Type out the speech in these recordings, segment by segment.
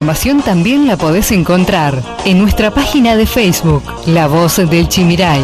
información también la podés encontrar en nuestra página de Facebook, La Voz del Chimiray.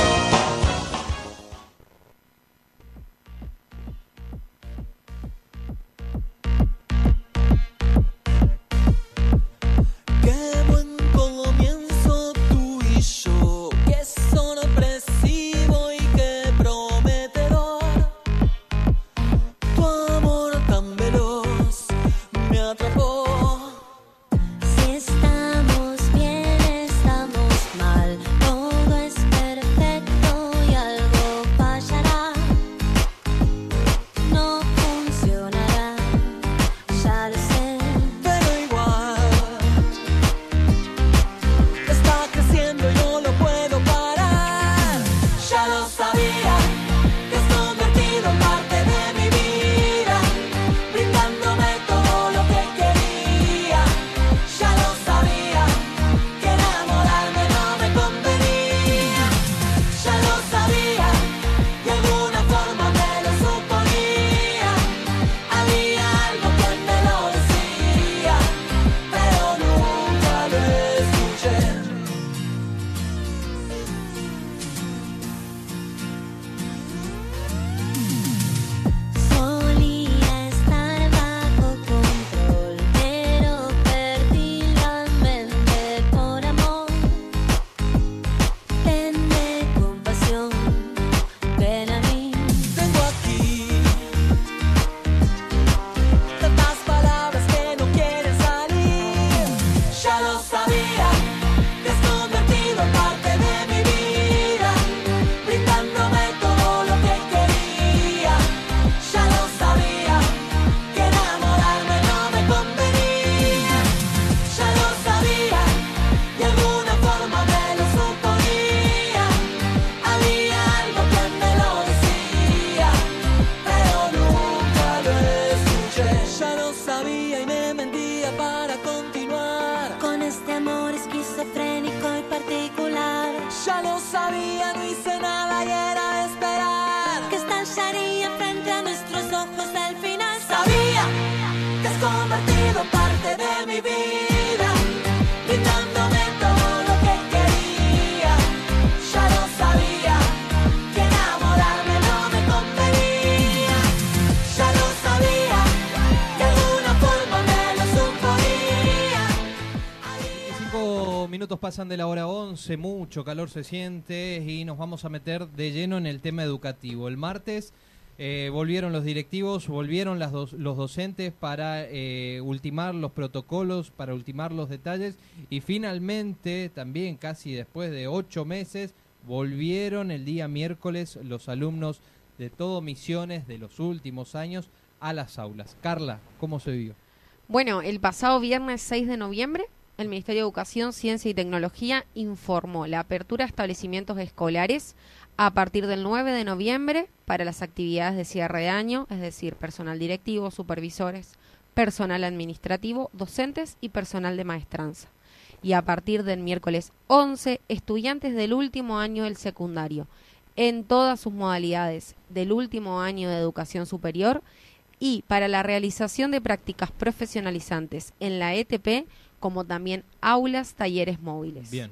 Pasan de la hora 11, mucho calor se siente y nos vamos a meter de lleno en el tema educativo. El martes volvieron los directivos, volvieron los docentes para ultimar los protocolos, para ultimar los detalles y finalmente, también casi después de 8 meses, volvieron el día miércoles los alumnos de todo Misiones de los últimos años a las aulas. Carla, ¿cómo se vio? Bueno, el pasado viernes 6 de noviembre, el Ministerio de Educación, Ciencia y Tecnología informó la apertura de establecimientos escolares a partir del 9 de noviembre para las actividades de cierre de año, es decir, personal directivo, supervisores, personal administrativo, docentes y personal de maestranza. Y a partir del miércoles 11, estudiantes del último año del secundario, en todas sus modalidades del último año de educación superior y para la realización de prácticas profesionalizantes en la ETP, como también aulas, talleres móviles. Bien.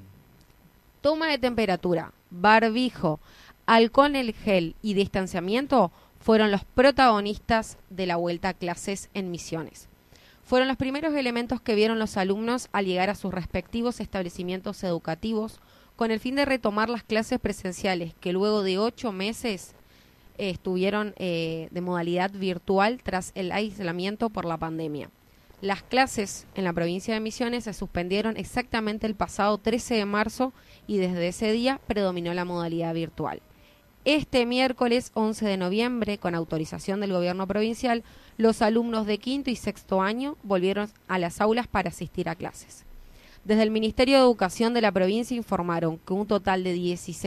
Toma de temperatura, barbijo, alcohol en gel y distanciamiento fueron los protagonistas de la vuelta a clases en Misiones. Fueron los primeros elementos que vieron los alumnos al llegar a sus respectivos establecimientos educativos con el fin de retomar las clases presenciales que luego de 8 meses estuvieron de modalidad virtual tras el aislamiento por la pandemia. Las clases en la provincia de Misiones se suspendieron exactamente el pasado 13 de marzo y desde ese día predominó la modalidad virtual. Este miércoles 11 de noviembre, con autorización del gobierno provincial, los alumnos de quinto y sexto año volvieron a las aulas para asistir a clases. Desde el Ministerio de Educación de la provincia informaron que un total de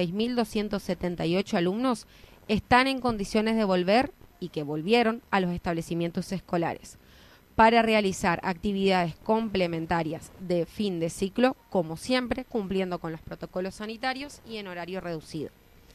16.278 alumnos están en condiciones de volver y que volvieron a los establecimientos escolares para realizar actividades complementarias de fin de ciclo, como siempre, cumpliendo con los protocolos sanitarios y en horario reducido.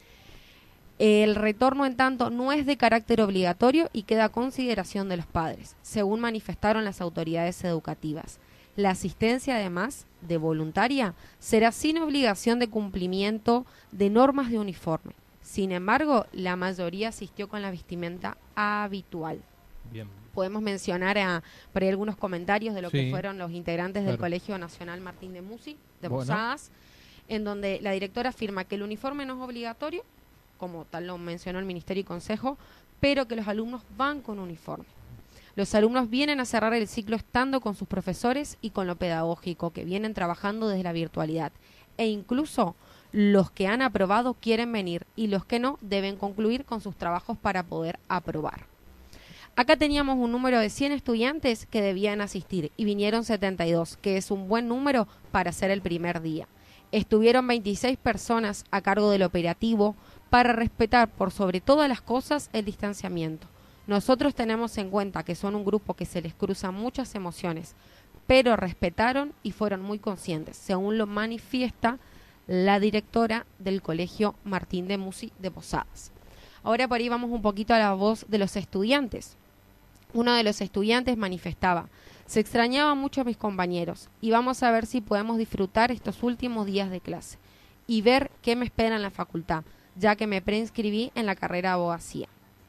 El retorno, en tanto, no es de carácter obligatorio y queda a consideración de los padres, según manifestaron las autoridades educativas. La asistencia, además de voluntaria, será sin obligación de cumplimiento de normas de uniforme. Sin embargo, la mayoría asistió con la vestimenta habitual. Bien. Podemos mencionar por ahí algunos comentarios de lo que Sí, fueron los integrantes del claro. Colegio Nacional Martín de Musi, de Bueno. Posadas, en donde la directora afirma que el uniforme no es obligatorio, como tal lo mencionó el Ministerio y Consejo, pero que los alumnos van con uniforme. Los alumnos vienen a cerrar el ciclo estando con sus profesores y con lo pedagógico, que vienen trabajando desde la virtualidad. E incluso los que han aprobado quieren venir y los que no deben concluir con sus trabajos para poder aprobar. Acá teníamos un número de 100 estudiantes que debían asistir y vinieron 72, que es un buen número para ser el primer día. Estuvieron 26 personas a cargo del operativo para respetar por sobre todas las cosas el distanciamiento. Nosotros tenemos en cuenta que son un grupo que se les cruzan muchas emociones, pero respetaron y fueron muy conscientes, según lo manifiesta la directora del Colegio Martín de Musi de Posadas. Ahora por ahí vamos un poquito a la voz de los estudiantes. Uno de los estudiantes manifestaba: se extrañaba mucho a mis compañeros y vamos a ver si podemos disfrutar estos últimos días de clase y ver qué me espera en la facultad, ya que me preinscribí en la carrera de abogacía.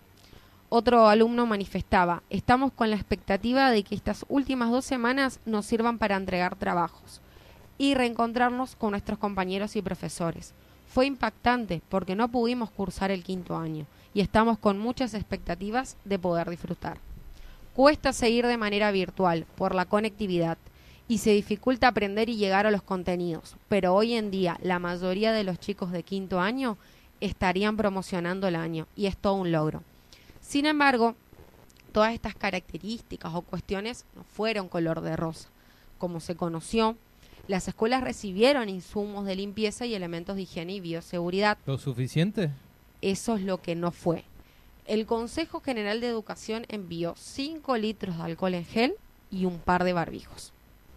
Otro alumno manifestaba: estamos con la expectativa de que estas últimas 2 semanas nos sirvan para entregar trabajos y reencontrarnos con nuestros compañeros y profesores. Fue impactante porque no pudimos cursar el 5º año y estamos con muchas expectativas de poder disfrutar. Cuesta seguir de manera virtual por la conectividad y se dificulta aprender y llegar a los contenidos, pero hoy en día la mayoría de los chicos de 5º año estarían promocionando el año y es todo un logro. Sin embargo, todas estas características o cuestiones no fueron color de rosa. Como se conoció, las escuelas recibieron insumos de limpieza y elementos de higiene y bioseguridad. ¿Lo suficiente? Eso es lo que no fue. El Consejo General de Educación envió 5 litros de alcohol en gel y un par de barbijos.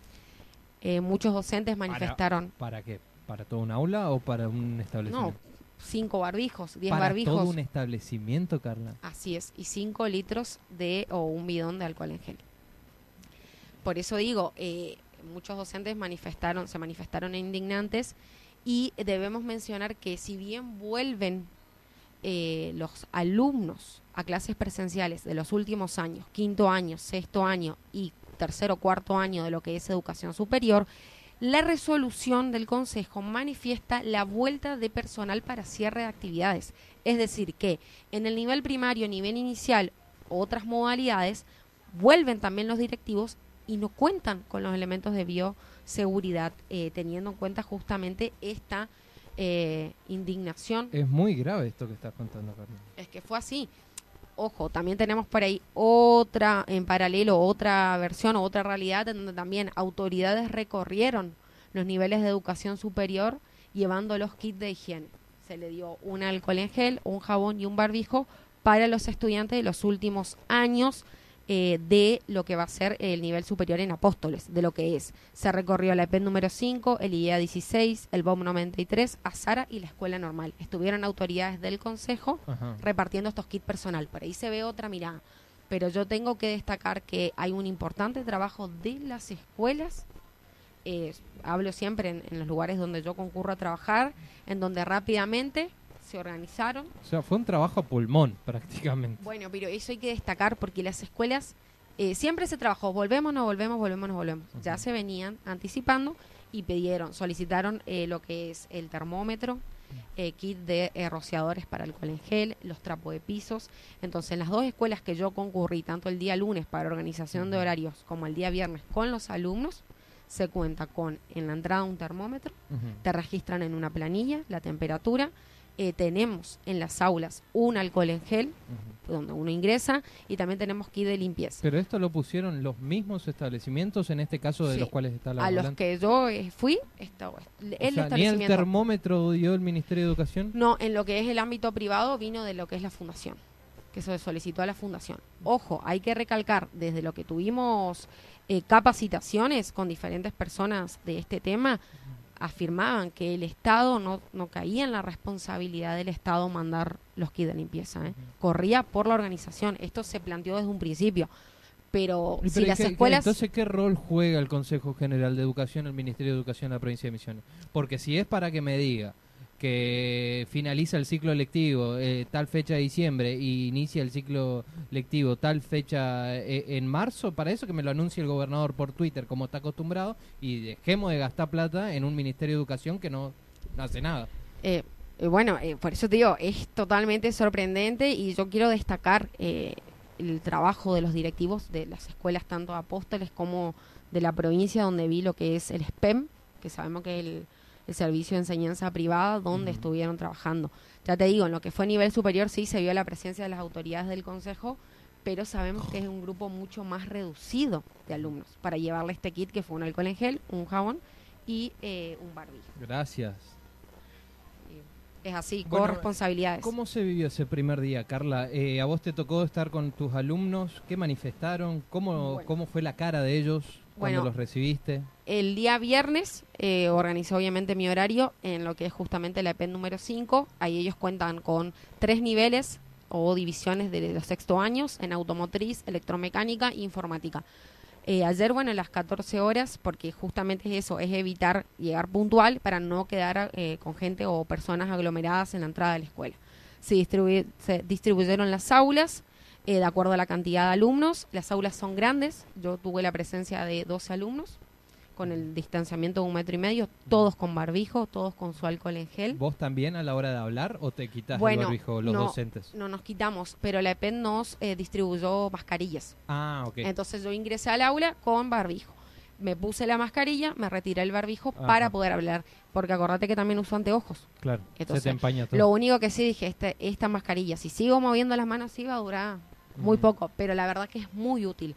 Muchos docentes manifestaron... ¿Para qué? ¿Para todo un aula o para un establecimiento? No, 5 barbijos, 10 para barbijos. todo un establecimiento, Carla. Así es, y 5 litros o un bidón de alcohol en gel. Por eso digo, muchos docentes se manifestaron indignantes y debemos mencionar que si bien vuelven los alumnos a clases presenciales de los últimos años, 5º año, 6º año y 3º, 4º año de lo que es educación superior, la resolución del Consejo manifiesta la vuelta de personal para cierre de actividades. Es decir, que en el nivel primario, nivel inicial, otras modalidades, vuelven también los directivos y no cuentan con los elementos de bioseguridad, teniendo en cuenta justamente esta indignación. Es muy grave esto que estás contando, Carla. Es que fue así. Ojo, también tenemos por ahí otra, en paralelo, otra versión o otra realidad en donde también autoridades recorrieron los niveles de educación superior llevando los kits de higiene. Se le dio un alcohol en gel, un jabón y un barbijo para los estudiantes de los últimos años de lo que va a ser el nivel superior en Apóstoles, de lo que es. Se recorrió la EPEN número 5, el IEA 16, el BOM 93, Azara y la Escuela Normal. Estuvieron autoridades del Consejo repartiendo estos kits personal. Por ahí se ve otra mirada. Pero yo tengo que destacar que hay un importante trabajo de las escuelas. Hablo siempre en los lugares donde yo concurro a trabajar, en donde rápidamente se organizaron. O sea, fue un trabajo a pulmón, prácticamente. Bueno, pero eso hay que destacar porque las escuelas siempre se trabajó, volvemos. Ya se venían anticipando y solicitaron lo que es el termómetro, kit de rociadores para alcohol en gel, los trapos de pisos. Entonces, en las 2 escuelas que yo concurrí, tanto el día lunes para organización de horarios como el día viernes con los alumnos, se cuenta con en la entrada un termómetro, te registran en una planilla la temperatura. Tenemos en las aulas un alcohol en gel, donde uno ingresa, y también tenemos kit de limpieza. Pero esto lo pusieron los mismos establecimientos, en este caso de Sí. los cuales está la A los volante. que yo fui, el O sea, ni establecimiento. el termómetro dio el Ministerio de Educación. No, en lo que es el ámbito privado vino de lo que es la fundación, que se solicitó a la fundación. Ojo, hay que recalcar, desde lo que tuvimos capacitaciones con diferentes personas de este tema, afirmaban que el Estado no caía en la responsabilidad del Estado mandar los kits de limpieza, corría por la organización. Esto se planteó desde un principio, Pero Y si pero las ¿qué- escuelas... Entonces, ¿qué rol juega el Consejo General de Educación, el Ministerio de Educación de la provincia de Misiones? Porque si es para que me diga que finaliza el ciclo lectivo tal fecha de diciembre y inicia el ciclo lectivo tal fecha en marzo, para eso que me lo anuncie el gobernador por Twitter, como está acostumbrado, y dejemos de gastar plata en un Ministerio de Educación que no hace nada. Bueno, por eso te digo, es totalmente sorprendente y yo quiero destacar el trabajo de los directivos de las escuelas, tanto Apóstoles como de la provincia, donde vi lo que es el SPEM, que sabemos que es el servicio de enseñanza privada, donde estuvieron trabajando. Ya te digo, en lo que fue a nivel superior sí se vio la presencia de las autoridades del consejo, pero sabemos que es un grupo mucho más reducido de alumnos para llevarle este kit, que fue un alcohol en gel, un jabón y un barbijo. Gracias. Es así, Bueno, corresponsabilidades. ¿Cómo se vivió ese primer día, Carla? ¿A vos te tocó estar con tus alumnos? ¿Qué manifestaron? ¿Cómo fue la cara de ellos cuando los recibiste? El día viernes organizé obviamente mi horario en lo que es justamente la EPEN número 5. Ahí ellos cuentan con 3 niveles o divisiones de los sexto años en automotriz, electromecánica e informática. Ayer, bueno, a las 14 horas, porque justamente es eso, es evitar llegar puntual para no quedar con gente o personas aglomeradas en la entrada de la escuela. Se distribuyeron las aulas de acuerdo a la cantidad de alumnos. Las aulas son grandes, yo tuve la presencia de 12 alumnos con el distanciamiento de 1,5 metros, todos con barbijo, todos con su alcohol en gel. ¿Vos también a la hora de hablar o te quitas el barbijo los docentes? No nos quitamos, pero la EPEN nos distribuyó mascarillas. Ah, ok. Entonces yo ingresé al aula con barbijo. Me puse la mascarilla, me retiré el barbijo para poder hablar, porque acordate que también uso anteojos. Claro, entonces, se te empaña todo. Lo único que sí dije, esta mascarilla, si sigo moviendo las manos, sí va a durar muy poco, pero la verdad que es muy útil.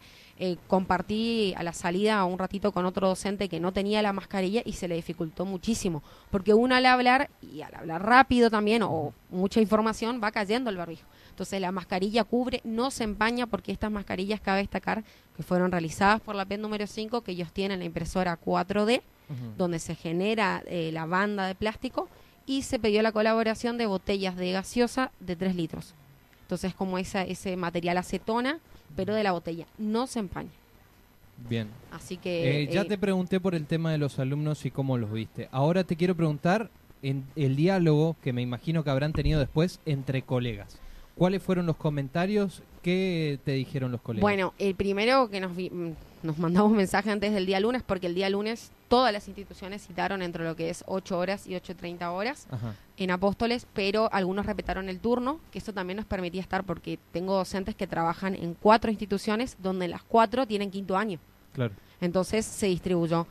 Compartí a la salida un ratito con otro docente que no tenía la mascarilla y se le dificultó muchísimo, porque uno al hablar, y al hablar rápido también, o mucha información, va cayendo el barbijo. Entonces la mascarilla cubre, no se empaña, porque estas mascarillas, cabe destacar, que fueron realizadas por la PEN número 5, que ellos tienen la impresora 4D, donde se genera la banda de plástico, y se pidió la colaboración de botellas de gaseosa de 3 litros. Entonces como ese material acetona, pero de la botella, no se empaña. Bien. Así que... ya te pregunté por el tema de los alumnos y cómo los viste. Ahora te quiero preguntar en el diálogo que me imagino que habrán tenido después entre colegas. ¿Cuáles fueron los comentarios? ¿Qué te dijeron los colegas? Bueno, el primero que nos mandamos mensaje antes del día lunes, porque el día lunes todas las instituciones citaron entre lo que es 8 horas y 8:30 horas en Apóstoles, pero algunos respetaron el turno, que eso también nos permitía estar, porque tengo docentes que trabajan en 4 instituciones, donde las 4 tienen 5º año. Claro. Entonces se distribuyó.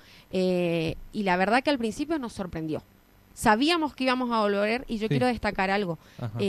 Y la verdad que al principio nos sorprendió. Sabíamos que íbamos a volver, y yo quiero destacar algo.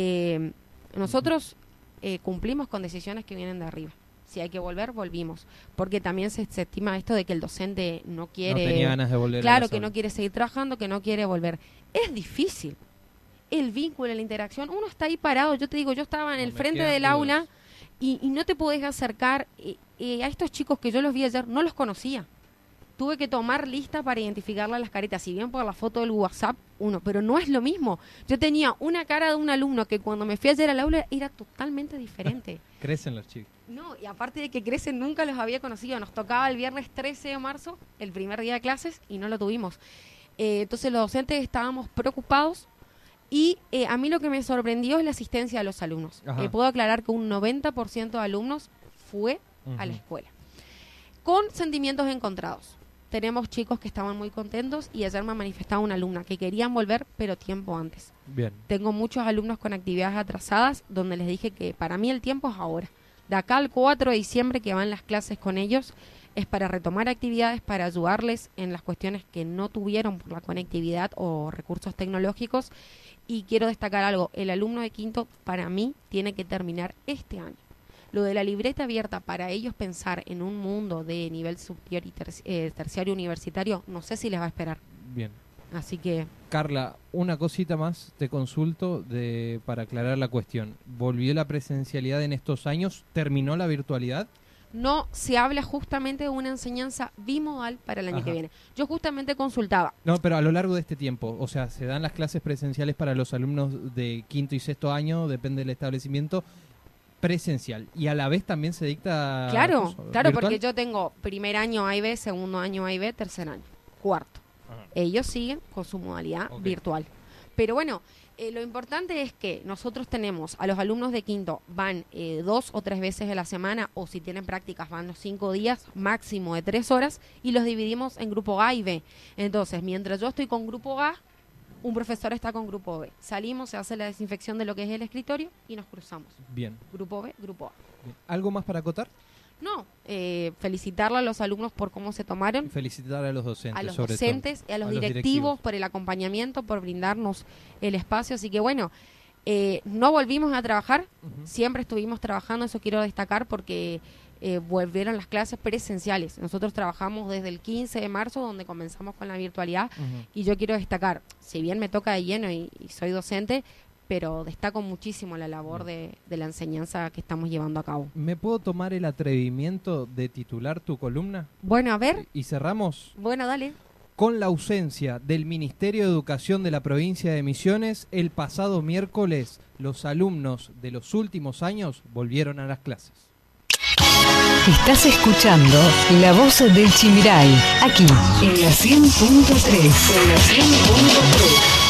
Nosotros cumplimos con decisiones que vienen de arriba. Si hay que volver, volvimos. Porque también se estima esto de que el docente no quiere... No tenía ganas de volver. Claro, que no quiere seguir trabajando, que no quiere volver. Es difícil. El vínculo, la interacción. Uno está ahí parado. Yo te digo, yo estaba en el frente del aula y no te podés acercar. A estos chicos que yo los vi ayer, no los conocía. Tuve que tomar lista para identificarle las caritas, si bien por la foto del WhatsApp, pero no es lo mismo. Yo tenía una cara de un alumno que cuando me fui ayer al aula era totalmente diferente. Crecen los chicos. No, y aparte de que crecen, nunca los había conocido. Nos tocaba el viernes 13 de marzo, el primer día de clases, y no lo tuvimos. Entonces los docentes estábamos preocupados, y a mí lo que me sorprendió es la asistencia de los alumnos. Puedo aclarar que un 90% de alumnos fue a la escuela, con sentimientos encontrados. Tenemos chicos que estaban muy contentos, y ayer me manifestaba una alumna que querían volver, pero tiempo antes. Bien. Tengo muchos alumnos con actividades atrasadas, donde les dije que para mí el tiempo es ahora. De acá al 4 de diciembre que van las clases con ellos, es para retomar actividades, para ayudarles en las cuestiones que no tuvieron por la conectividad o recursos tecnológicos. Y quiero destacar algo, el alumno de quinto para mí tiene que terminar este año. Lo de la libreta abierta para ellos pensar en un mundo de nivel superior y terciario universitario, no sé si les va a esperar. Bien. Así que... Carla, una cosita más te consulto para aclarar la cuestión. ¿Volvió la presencialidad en estos años? ¿Terminó la virtualidad? No, se habla justamente de una enseñanza bimodal para el año que viene. Yo justamente consultaba. No, pero a lo largo de este tiempo, o sea, ¿se dan las clases presenciales para los alumnos de quinto y sexto año? Depende del establecimiento. presencial. Y a la vez también se dicta... Claro, curso claro, virtual. porque yo tengo primer año A y B, segundo año A y B, tercer año, cuarto. Ajá. Ellos siguen con su modalidad Ok. virtual. Pero bueno, lo importante es que nosotros tenemos a los alumnos de quinto, van 2 o 3 veces a la semana, o si tienen prácticas van los 5 días, máximo de 3 horas, y los dividimos en grupo A y B. Entonces, mientras yo estoy con grupo A, un profesor está con grupo B. Salimos, se hace la desinfección de lo que es el escritorio y nos cruzamos. Bien. Grupo B, grupo A. Bien. ¿Algo más para acotar? No, felicitarle a los alumnos por cómo se tomaron, Felicitar a los docentes, a los sobre docentes y a los directivos por el acompañamiento, por brindarnos el espacio. Así que bueno, no volvimos a trabajar, Ujú. siempre estuvimos trabajando, eso quiero destacar porque volvieron las clases presenciales. Nosotros trabajamos desde el 15 de marzo, donde comenzamos con la virtualidad, Ujú. y yo quiero destacar, si bien me toca de lleno y soy docente, pero destaco muchísimo la labor de la enseñanza que estamos llevando a cabo. ¿Me puedo tomar el atrevimiento de titular tu columna? Bueno, a ver, Y cerramos bueno, dale. con la ausencia del Ministerio de Educación de la provincia de Misiones. El pasado miércoles, los alumnos de los últimos años volvieron a las clases. Estás escuchando La Voz del Chimirai, aquí en la 100.3. En la 100.3.